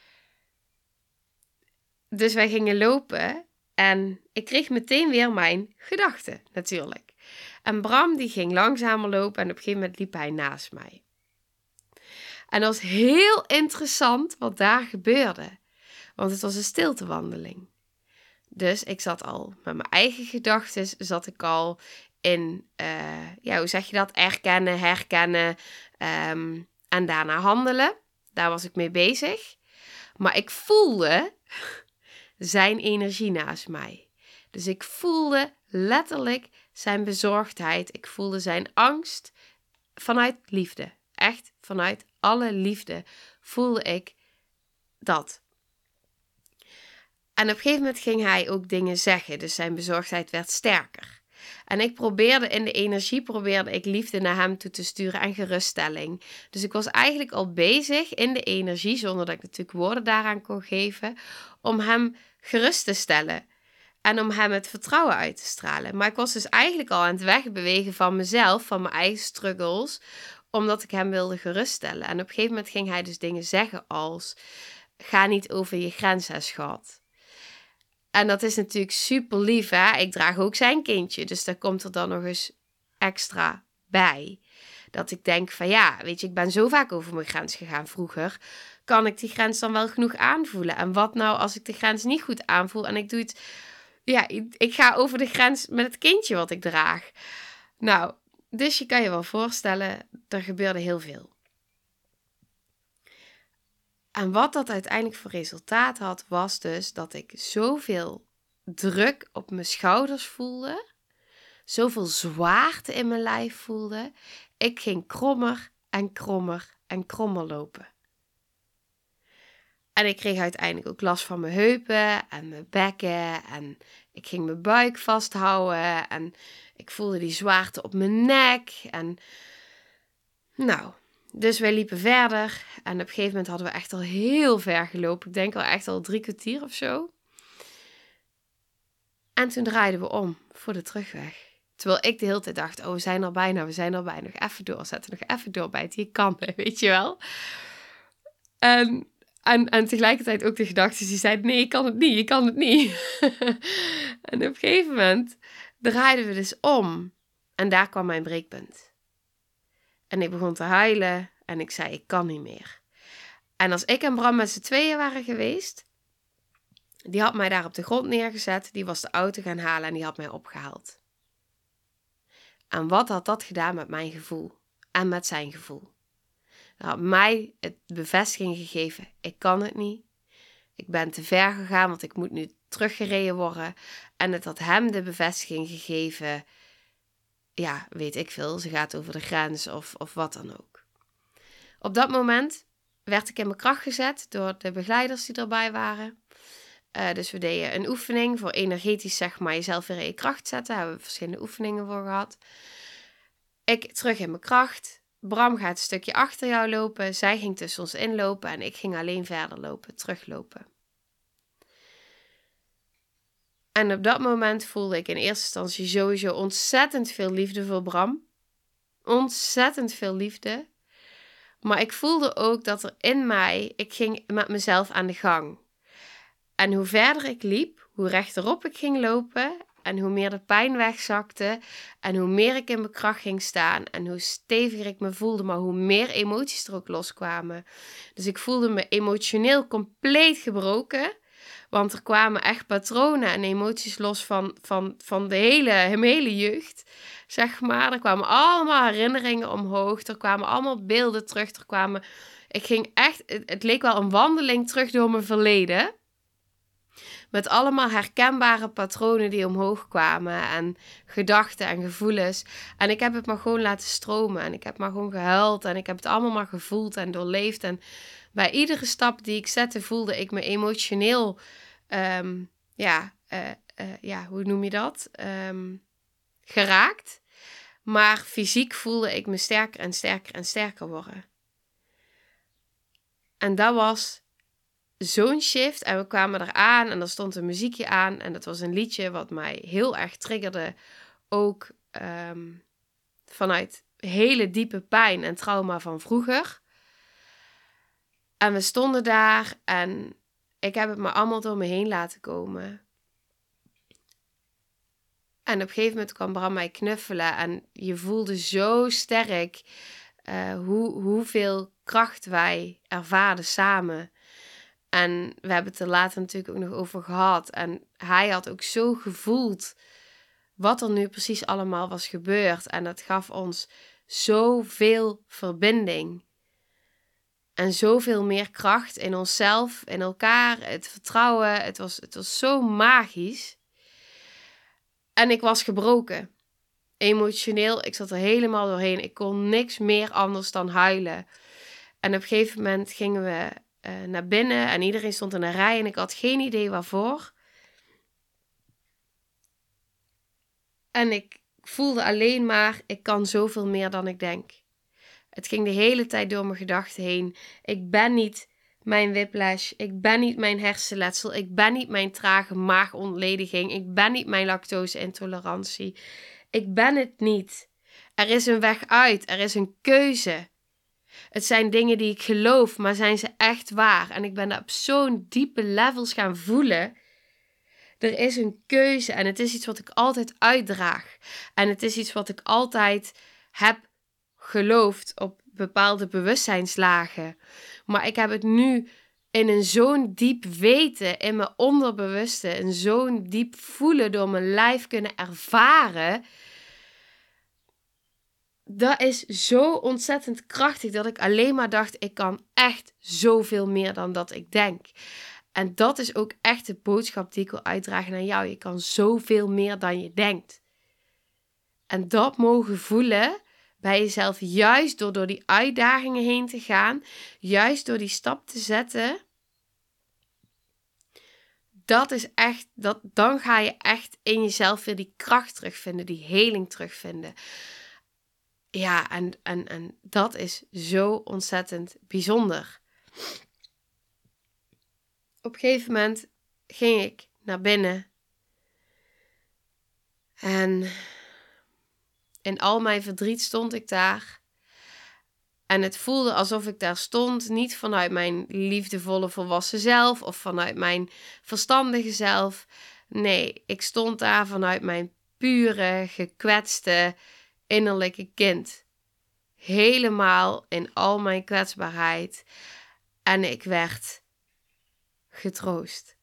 Dus wij gingen lopen. En ik kreeg meteen weer mijn gedachten natuurlijk. En Bram die ging langzamer lopen. En op een gegeven moment liep hij naast mij. En dat was heel interessant wat daar gebeurde. Want het was een stiltewandeling. Dus ik zat al met mijn eigen gedachten, zat ik al in, hoe zeg je dat? Erkennen, herkennen en daarna handelen. Daar was ik mee bezig. Maar ik voelde zijn energie naast mij. Dus ik voelde letterlijk zijn bezorgdheid. Ik voelde zijn angst vanuit liefde. Echt vanuit alle liefde voelde ik dat. En op een gegeven moment ging hij ook dingen zeggen. Dus zijn bezorgdheid werd sterker. En ik probeerde in de energie, liefde naar hem toe te sturen en geruststelling. Dus ik was eigenlijk al bezig in de energie, zonder dat ik natuurlijk woorden daaraan kon geven, om hem gerust te stellen. En om hem het vertrouwen uit te stralen. Maar ik was dus eigenlijk al aan het wegbewegen van mezelf, van mijn eigen struggles, omdat ik hem wilde geruststellen. En op een gegeven moment ging hij dus dingen zeggen als, ga niet over je grenzen, schat. En dat is natuurlijk super lief, hè. Ik draag ook zijn kindje, dus daar komt er dan nog eens extra bij. Dat ik denk van ja, weet je, ik ben zo vaak over mijn grens gegaan vroeger. Kan ik die grens dan wel genoeg aanvoelen? En wat nou als ik de grens niet goed aanvoel en ik doe het... Ja, ik ga over de grens met het kindje wat ik draag. Nou, dus je kan je wel voorstellen, er gebeurde heel veel. En wat dat uiteindelijk voor resultaat had, was dus dat ik zoveel druk op mijn schouders voelde. Zoveel zwaarte in mijn lijf voelde. Ik ging krommer en krommer en krommer lopen. En ik kreeg uiteindelijk ook last van mijn heupen en mijn bekken. En ik ging mijn buik vasthouden. En ik voelde die zwaarte op mijn nek. En nou, dus wij liepen verder. En op een gegeven moment hadden we echt al heel ver gelopen. Ik denk al echt al 3 kwartier of zo. En toen draaiden we om voor de terugweg. Terwijl ik de hele tijd dacht, we zijn er bijna. Nog even door, zetten nog even door bij het hier kan, weet je wel. En tegelijkertijd ook de gedachten die zeiden, nee, je kan het niet. En op een gegeven moment draaiden we dus om. En daar kwam mijn breekpunt. En ik begon te huilen en ik zei, ik kan niet meer. En als ik en Bram met z'n tweeën waren geweest, die had mij daar op de grond neergezet, die was de auto gaan halen en die had mij opgehaald. En wat had dat gedaan met mijn gevoel en met zijn gevoel? Dat had mij het bevestiging gegeven, ik kan het niet. Ik ben te ver gegaan, want ik moet nu teruggereden worden. En het had hem de bevestiging gegeven, ja, weet ik veel, ze gaat over de grens of wat dan ook. Op dat moment werd ik in mijn kracht gezet door de begeleiders die erbij waren. Dus we deden een oefening voor energetisch, zeg maar, jezelf weer in je kracht zetten. Daar hebben we verschillende oefeningen voor gehad. Ik terug in mijn kracht. Bram gaat een stukje achter jou lopen. Zij ging tussen ons inlopen en ik ging alleen verder lopen, teruglopen. En op dat moment voelde ik in eerste instantie sowieso ontzettend veel liefde voor Bram. Ontzettend veel liefde. Maar ik voelde ook dat er in mij, ik ging met mezelf aan de gang. En hoe verder ik liep, hoe rechterop ik ging lopen en hoe meer de pijn wegzakte en hoe meer ik in mijn kracht ging staan en hoe steviger ik me voelde, maar hoe meer emoties er ook loskwamen. Dus ik voelde me emotioneel compleet gebroken, want er kwamen echt patronen en emoties los van mijn hele jeugd, zeg maar. Er kwamen allemaal herinneringen omhoog, er kwamen allemaal beelden terug, ik ging echt, het leek wel een wandeling terug door mijn verleden. Met allemaal herkenbare patronen die omhoog kwamen en gedachten en gevoelens. En ik heb het maar gewoon laten stromen en ik heb maar gewoon gehuild en ik heb het allemaal maar gevoeld en doorleefd. En bij iedere stap die ik zette voelde ik me emotioneel, hoe noem je dat? Geraakt. Maar fysiek voelde ik me sterker en sterker en sterker worden. En dat was zo'n shift en we kwamen eraan en er stond een muziekje aan en dat was een liedje wat mij heel erg triggerde, ook vanuit hele diepe pijn en trauma van vroeger. En we stonden daar en ik heb het me allemaal door me heen laten komen. En op een gegeven moment kwam Bram mij knuffelen en je voelde zo sterk hoeveel kracht wij ervaarden samen. En we hebben het er later natuurlijk ook nog over gehad. En hij had ook zo gevoeld wat er nu precies allemaal was gebeurd. En dat gaf ons zoveel verbinding. En zoveel meer kracht in onszelf, in elkaar, het vertrouwen. Het was zo magisch. En ik was gebroken. Emotioneel, ik zat er helemaal doorheen. Ik kon niks meer anders dan huilen. En op een gegeven moment gingen we naar binnen en iedereen stond in een rij en ik had geen idee waarvoor. En ik voelde alleen maar, ik kan zoveel meer dan ik denk. Het ging de hele tijd door mijn gedachten heen. Ik ben niet mijn whiplash, ik ben niet mijn hersenletsel, ik ben niet mijn trage maagontlediging, ik ben niet mijn lactose-intolerantie. Ik ben het niet. Er is een weg uit, er is een keuze. Het zijn dingen die ik geloof, maar zijn ze echt waar? En ik ben dat op zo'n diepe levels gaan voelen. Er is een keuze en het is iets wat ik altijd uitdraag. En het is iets wat ik altijd heb geloofd op bepaalde bewustzijnslagen. Maar ik heb het nu in een zo'n diep weten, in mijn onderbewuste, in zo'n diep voelen door mijn lijf kunnen ervaren. Dat is zo ontzettend krachtig dat ik alleen maar dacht, ik kan echt zoveel meer dan dat ik denk. En dat is ook echt de boodschap die ik wil uitdragen naar jou. Je kan zoveel meer dan je denkt. En dat mogen voelen bij jezelf, juist door die uitdagingen heen te gaan, juist door die stap te zetten. Dat is echt, dan ga je echt in jezelf weer die kracht terugvinden, die heling terugvinden. Ja, en dat is zo ontzettend bijzonder. Op een gegeven moment ging ik naar binnen. En in al mijn verdriet stond ik daar. En het voelde alsof ik daar stond, niet vanuit mijn liefdevolle volwassen zelf of vanuit mijn verstandige zelf. Nee, ik stond daar vanuit mijn pure, gekwetste, innerlijke kind. Helemaal in al mijn kwetsbaarheid. En ik werd getroost.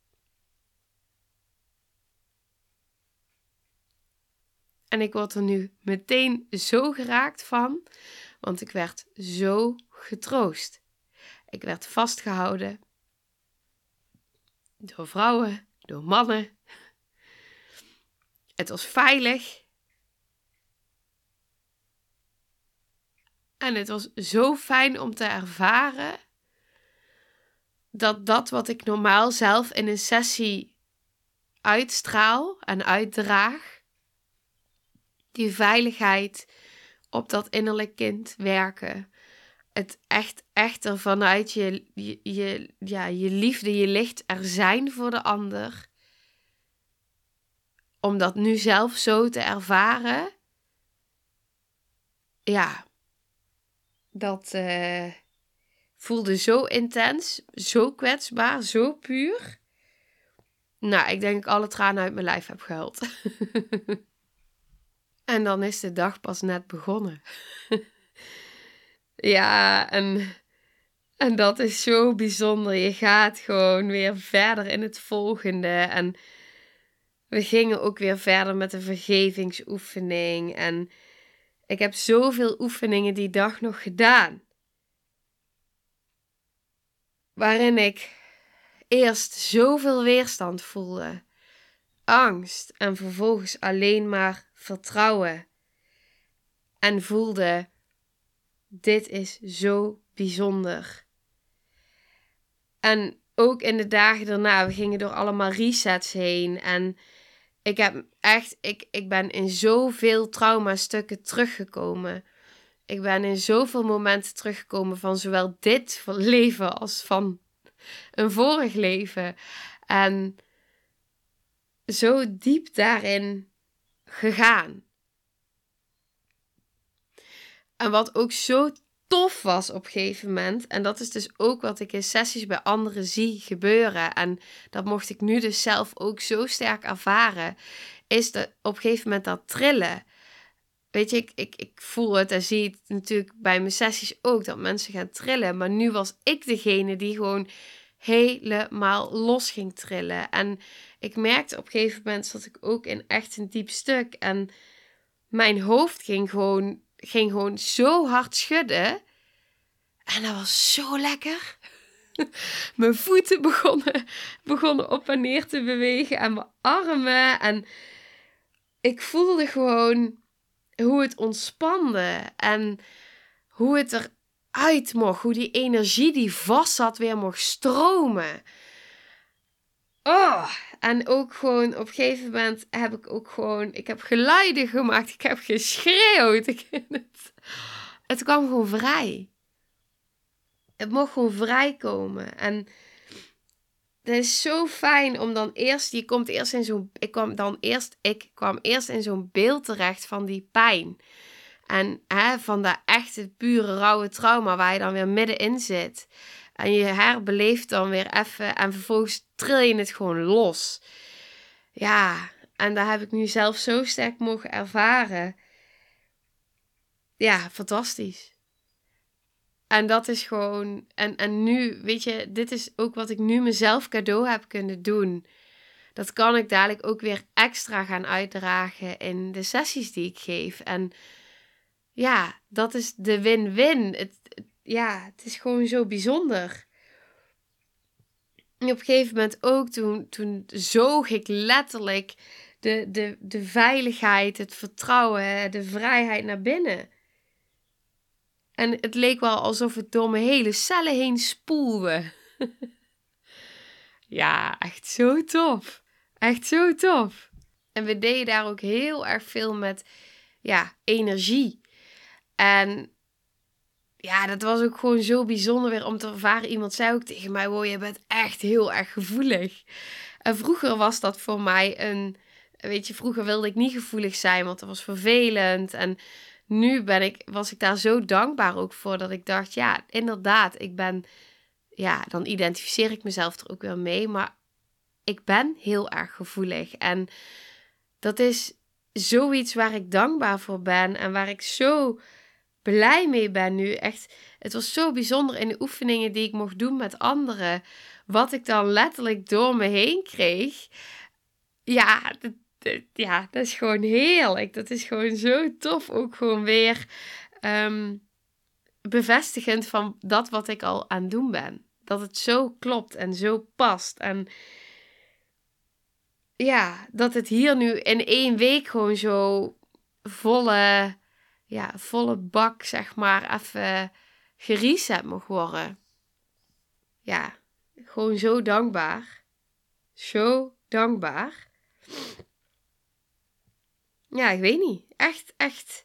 En ik word er nu meteen zo geraakt van, want ik werd zo getroost. Ik werd vastgehouden door vrouwen, door mannen. Het was veilig. En het was zo fijn om te ervaren dat wat ik normaal zelf in een sessie uitstraal en uitdraag, die veiligheid op dat innerlijk kind werken, het echt er vanuit je liefde, je licht er zijn voor de ander, om dat nu zelf zo te ervaren, ja, dat voelde zo intens, zo kwetsbaar, zo puur. Nou, ik denk dat ik alle tranen uit mijn lijf heb gehuild. En dan is de dag pas net begonnen. Ja, en dat is zo bijzonder. Je gaat gewoon weer verder in het volgende. En we gingen ook weer verder met de vergevingsoefening. En ik heb zoveel oefeningen die dag nog gedaan. Waarin ik eerst zoveel weerstand voelde. Angst. En vervolgens alleen maar vertrouwen. En voelde, dit is zo bijzonder. En ook in de dagen daarna, we gingen door allemaal resets heen. En ik ben in zoveel traumastukken teruggekomen. Ik ben in zoveel momenten teruggekomen van zowel dit leven als van een vorig leven. En zo diep daarin gegaan. En wat ook zo tof was op een gegeven moment, en dat is dus ook wat ik in sessies bij anderen zie gebeuren, en dat mocht ik nu dus zelf ook zo sterk ervaren, is dat op een gegeven moment dat trillen. Weet je, ik voel het en zie het natuurlijk bij mijn sessies ook, dat mensen gaan trillen. Maar nu was ik degene die gewoon helemaal los ging trillen. En ik merkte op een gegeven moment dat ik ook in echt een diep stuk. En mijn hoofd ging gewoon zo hard schudden. En dat was zo lekker. Mijn voeten begonnen op en neer te bewegen. En mijn armen. En ik voelde gewoon hoe het ontspande en hoe het eruit mocht. Hoe die energie die vast zat weer mocht stromen. Oh, en ook gewoon op een gegeven moment heb ik ook gewoon... Ik heb geluiden gemaakt. Ik heb geschreeuwd. Het kwam gewoon vrij. Het mocht gewoon vrijkomen. En het is zo fijn om dan eerst... Ik kwam eerst in zo'n beeld terecht van die pijn. En van dat echte, pure, rauwe trauma waar je dan weer middenin zit. En je herbeleeft dan weer even. En vervolgens tril je het gewoon los. Ja, en daar heb ik nu zelf zo sterk mogen ervaren. Ja, fantastisch. En dat is gewoon... En nu, weet je, dit is ook wat ik nu mezelf cadeau heb kunnen doen. Dat kan ik dadelijk ook weer extra gaan uitdragen in de sessies die ik geef. En ja, dat is de win-win. Het is gewoon zo bijzonder. En op een gegeven moment ook, toen zoog ik letterlijk de veiligheid, het vertrouwen, de vrijheid naar binnen. En het leek wel alsof het door mijn hele cellen heen spoelde. Ja, echt zo tof. Echt zo tof. En we deden daar ook heel erg veel met energie. En ja, dat was ook gewoon zo bijzonder weer om te ervaren. Iemand zei ook tegen mij, wow, je bent echt heel erg gevoelig. En vroeger was dat voor mij vroeger wilde ik niet gevoelig zijn, want dat was vervelend. En nu was ik daar zo dankbaar ook voor, dat ik dacht, ja, inderdaad, dan identificeer ik mezelf er ook weer mee. Maar ik ben heel erg gevoelig. En dat is zoiets waar ik dankbaar voor ben en waar ik zo blij mee ben nu. Echt, het was zo bijzonder in de oefeningen die ik mocht doen met anderen. Wat ik dan letterlijk door me heen kreeg. Ja, dat is gewoon heerlijk. Dat is gewoon zo tof. Ook gewoon weer bevestigend van dat wat ik al aan het doen ben. Dat het zo klopt en zo past. En ja, dat het hier nu in 1 week gewoon zo volle bak, zeg maar, even gereset mag worden. Ja, gewoon zo dankbaar. Zo dankbaar. Ja, ik weet niet. Echt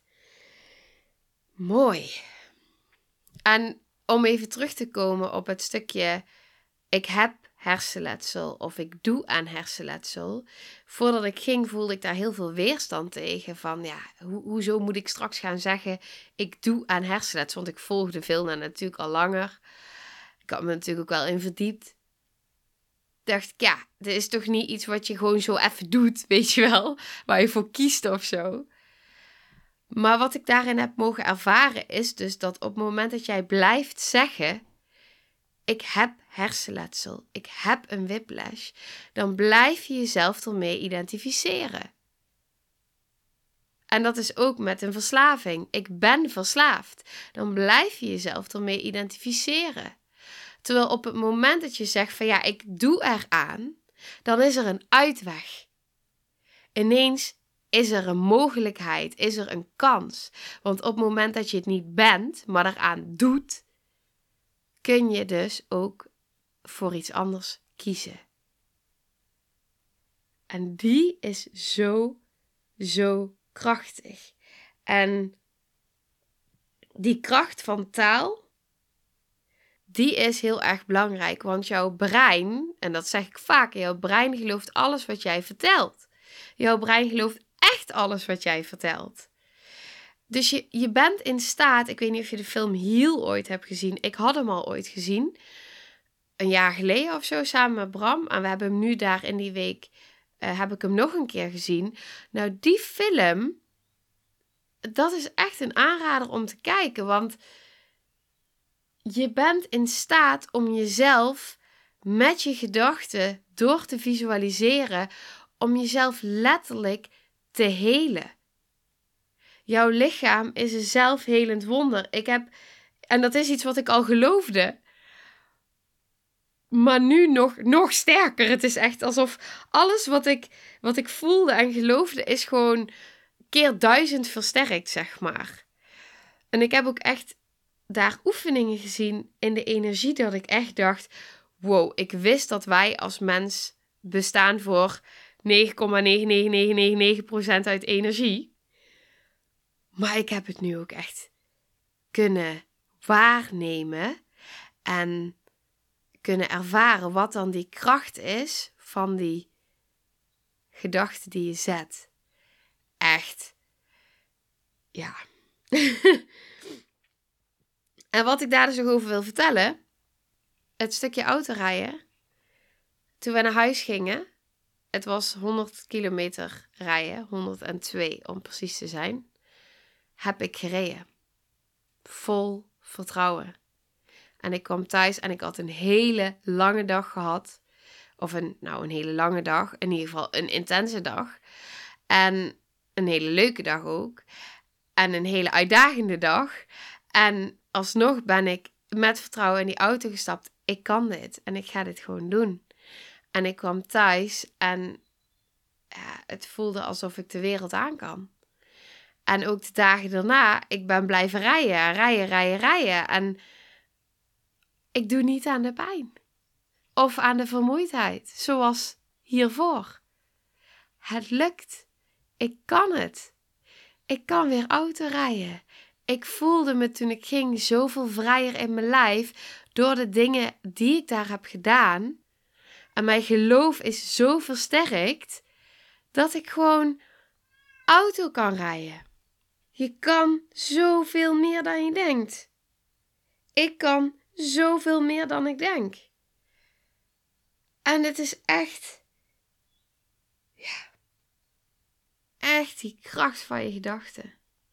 mooi. En om even terug te komen op het stukje, ik heb hersenletsel of ik doe aan hersenletsel. Voordat ik ging voelde ik daar heel veel weerstand tegen. Van ja, hoezo moet ik straks gaan zeggen, ik doe aan hersenletsel? Want ik volgde Vilna natuurlijk al langer. Ik had me natuurlijk ook wel in verdiept. Dacht ik, ja, dit is toch niet iets wat je gewoon zo even doet, weet je wel? Waar je voor kiest of zo. Maar wat ik daarin heb mogen ervaren is dus dat op het moment dat jij blijft zeggen, ik heb hersenletsel, ik heb een whiplash, dan blijf je jezelf ermee identificeren. En dat is ook met een verslaving. Ik ben verslaafd. Dan blijf je jezelf ermee identificeren. Terwijl op het moment dat je zegt van ja, ik doe eraan, dan is er een uitweg. Ineens is er een mogelijkheid, is er een kans. Want op het moment dat je het niet bent, maar eraan doet, kun je dus ook voor iets anders kiezen. En die is zo krachtig. En die kracht van taal, die is heel erg belangrijk. Want jouw brein, en dat zeg ik vaak, jouw brein gelooft alles wat jij vertelt. Jouw brein gelooft echt alles wat jij vertelt. Dus je bent in staat, ik weet niet of je de film Heal ooit hebt gezien. Ik had hem al ooit gezien. Een jaar geleden of zo, samen met Bram. En we hebben hem nu daar in die week, heb ik hem nog een keer gezien. Nou, die film, dat is echt een aanrader om te kijken. Want je bent in staat om jezelf met je gedachten door te visualiseren, om jezelf letterlijk te helen. Jouw lichaam is een zelfhelend wonder. En dat is iets wat ik al geloofde. Maar nu nog sterker. Het is echt alsof alles wat ik voelde en geloofde is gewoon keer 1000 versterkt, zeg maar. En ik heb ook echt daar oefeningen gezien in de energie dat ik echt dacht, wow, ik wist dat wij als mens bestaan voor 9,99999% uit energie. Maar ik heb het nu ook echt kunnen waarnemen en kunnen ervaren wat dan die kracht is van die gedachten die je zet. Echt. Ja. En wat ik daar dus nog over wil vertellen, het stukje autorijden, toen we naar huis gingen, het was 100 kilometer rijden, 102 om precies te zijn, heb ik gereden. Vol vertrouwen. En ik kwam thuis en ik had een hele lange dag gehad. Of een hele lange dag. In ieder geval een intense dag. En een hele leuke dag ook. En een hele uitdagende dag. En alsnog ben ik met vertrouwen in die auto gestapt. Ik kan dit en ik ga dit gewoon doen. En ik kwam thuis en ja, het voelde alsof ik de wereld aan kan. En ook de dagen daarna, ik ben blijven rijden. En ik doe niet aan de pijn. Of aan de vermoeidheid, zoals hiervoor. Het lukt. Ik kan het. Ik kan weer auto rijden. Ik voelde me toen ik ging zoveel vrijer in mijn lijf door de dingen die ik daar heb gedaan. En mijn geloof is zo versterkt dat ik gewoon auto kan rijden. Je kan zoveel meer dan je denkt. Ik kan zoveel meer dan ik denk. En het is echt, ja, echt die kracht van je gedachten.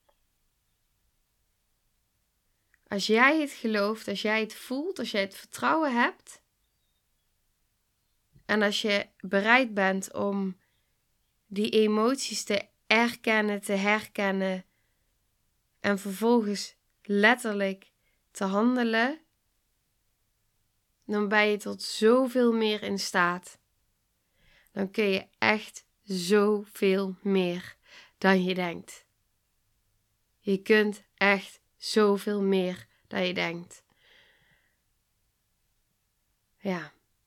Als jij het gelooft, als jij het voelt, als jij het vertrouwen hebt. En als je bereid bent om die emoties te erkennen, te herkennen. En vervolgens letterlijk te handelen. Dan ben je tot zoveel meer in staat. Dan kun je echt zoveel meer dan je denkt. Je kunt echt zoveel meer dan je denkt. Ja,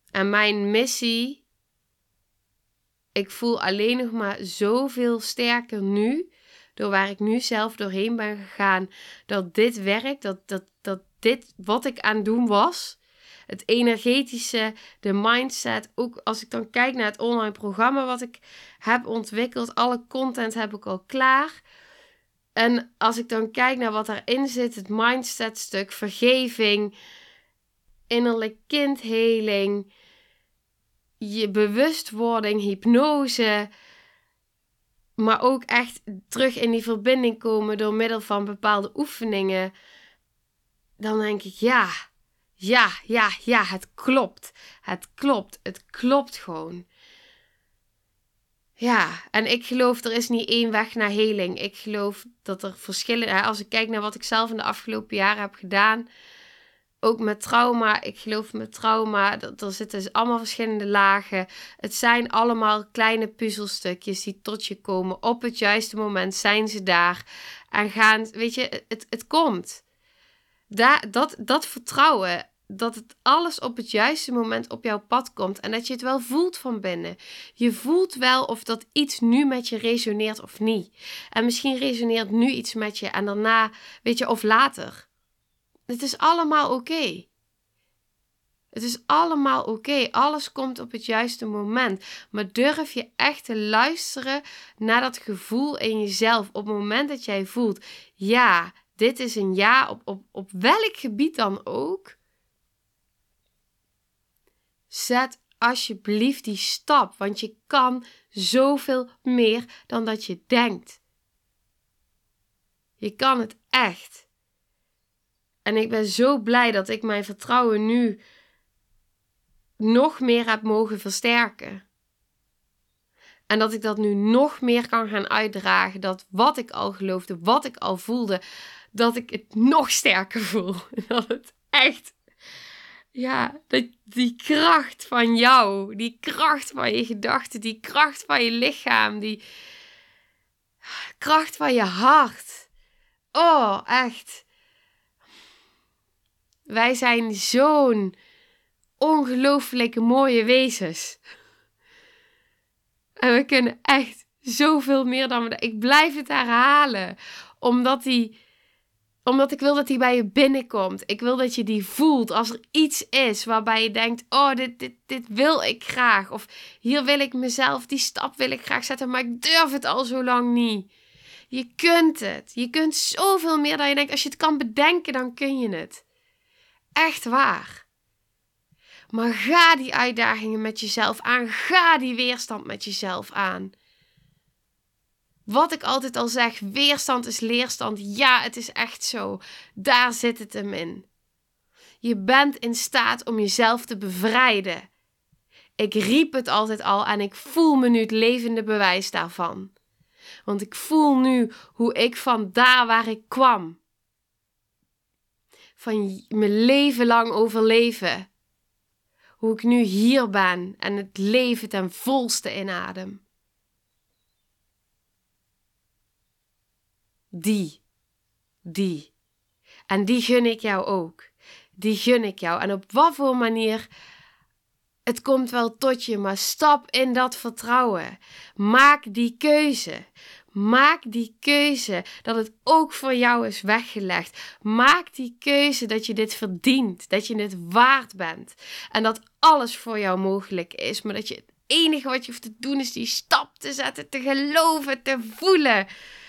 En mijn missie, ik voel alleen nog maar zoveel sterker nu, door waar ik nu zelf doorheen ben gegaan, dat dit werkt, dat dit wat ik aan het doen was, het energetische, de mindset, ook als ik dan kijk naar het online programma wat ik heb ontwikkeld, alle content heb ik al klaar. En als ik dan kijk naar wat daarin zit, het mindset stuk, vergeving, innerlijk kindheling, je bewustwording, hypnose, maar ook echt terug in die verbinding komen door middel van bepaalde oefeningen, dan denk ik ja, het klopt. Het klopt gewoon. Ja, en ik geloof er is niet één weg naar heling. Ik geloof dat er verschillen, als ik kijk naar wat ik zelf in de afgelopen jaren heb gedaan, ook met trauma, ik geloof met trauma, dat er zitten dus allemaal verschillende lagen. Het zijn allemaal kleine puzzelstukjes die tot je komen. Op het juiste moment zijn ze daar. En gaan, weet je, het komt. Dat vertrouwen, dat het alles op het juiste moment op jouw pad komt. En dat je het wel voelt van binnen. Je voelt wel of dat iets nu met je resoneert of niet. En misschien resoneert nu iets met je en daarna, weet je, of later. Het is allemaal oké. Het is allemaal oké. Alles komt op het juiste moment. Maar durf je echt te luisteren naar dat gevoel in jezelf. Op het moment dat jij voelt, ja, dit is een ja, op welk gebied dan ook. Zet alsjeblieft die stap. Want je kan zoveel meer dan dat je denkt. Je kan het echt. En ik ben zo blij dat ik mijn vertrouwen nu nog meer heb mogen versterken. En dat ik dat nu nog meer kan gaan uitdragen. Dat wat ik al geloofde, wat ik al voelde, dat ik het nog sterker voel. Dat het echt, ja, die kracht van jou, die kracht van je gedachten, die kracht van je lichaam, die kracht van je hart. Oh, echt. Wij zijn zo'n ongelooflijke mooie wezens. En we kunnen echt zoveel meer dan we... Ik blijf het herhalen. Omdat ik wil dat die bij je binnenkomt. Ik wil dat je die voelt als er iets is waarbij je denkt, oh, dit wil ik graag. Of hier wil ik mezelf, die stap wil ik graag zetten, maar ik durf het al zo lang niet. Je kunt het. Je kunt zoveel meer dan je denkt. Als je het kan bedenken, dan kun je het. Echt waar. Maar ga die uitdagingen met jezelf aan. Ga die weerstand met jezelf aan. Wat ik altijd al zeg, weerstand is leerstand. Ja, het is echt zo. Daar zit het hem in. Je bent in staat om jezelf te bevrijden. Ik riep het altijd al en ik voel me nu het levende bewijs daarvan. Want ik voel nu hoe ik van daar waar ik kwam, van mijn leven lang overleven, hoe ik nu hier ben en het leven ten volste inadem. Die. En die gun ik jou ook. Die gun ik jou. En op wat voor manier, het komt wel tot je, maar stap in dat vertrouwen. Maak die keuze. Maak die keuze dat het ook voor jou is weggelegd. Maak die keuze dat je dit verdient. Dat je dit waard bent. En dat alles voor jou mogelijk is. Maar dat je het enige wat je hoeft te doen is die stap te zetten. Te geloven, te voelen.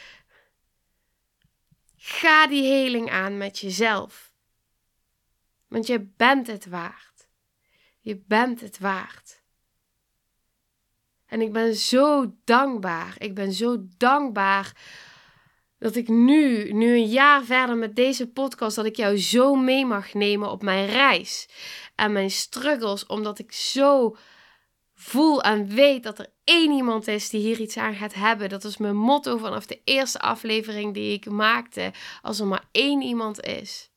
Ga die heling aan met jezelf. Want je bent het waard. Je bent het waard. En ik ben zo dankbaar. Ik ben zo dankbaar dat ik nu een jaar verder met deze podcast, dat ik jou zo mee mag nemen op mijn reis. En mijn struggles, omdat ik zo voel en weet dat er één iemand is die hier iets aan gaat hebben. Dat is mijn motto vanaf de eerste aflevering die ik maakte. Als er maar één iemand is.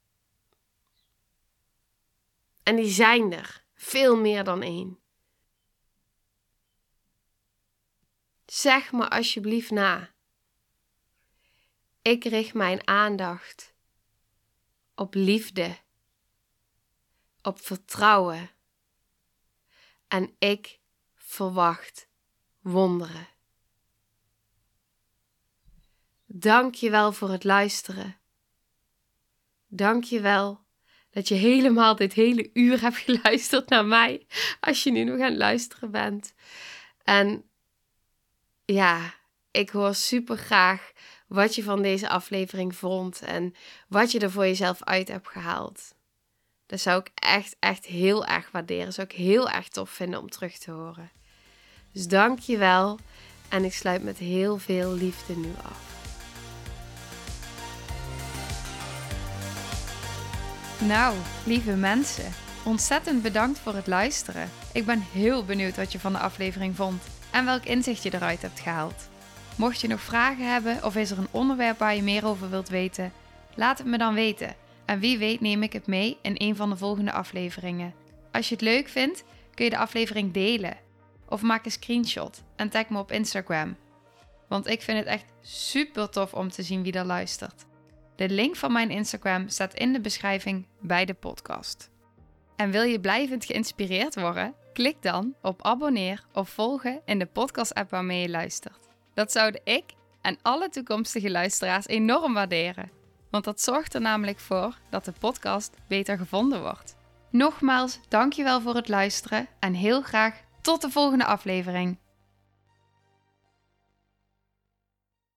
En die zijn er. Veel meer dan één. Zeg me alsjeblieft na. Ik richt mijn aandacht op liefde. Op vertrouwen. En ik verwacht wonderen. Dank je wel voor het luisteren. Dank je wel dat je helemaal dit hele uur hebt geluisterd naar mij. Als je nu nog aan het luisteren bent. En ja, ik hoor super graag wat je van deze aflevering vond. En wat je er voor jezelf uit hebt gehaald. Dat zou ik echt heel erg waarderen. Dat zou ik heel erg tof vinden om terug te horen. Dus dank je wel. En ik sluit met heel veel liefde nu af. Nou, lieve mensen, ontzettend bedankt voor het luisteren. Ik ben heel benieuwd wat je van de aflevering vond en welk inzicht je eruit hebt gehaald. Mocht je nog vragen hebben of is er een onderwerp waar je meer over wilt weten, laat het me dan weten. En wie weet neem ik het mee in een van de volgende afleveringen. Als je het leuk vindt, kun je de aflevering delen. Of maak een screenshot en tag me op Instagram. Want ik vind het echt super tof om te zien wie er luistert. De link van mijn Instagram staat in de beschrijving bij de podcast. En wil je blijvend geïnspireerd worden? Klik dan op abonneer of volgen in de podcast-app waarmee je luistert. Dat zouden ik en alle toekomstige luisteraars enorm waarderen. Want dat zorgt er namelijk voor dat de podcast beter gevonden wordt. Nogmaals, dankjewel voor het luisteren en heel graag tot de volgende aflevering.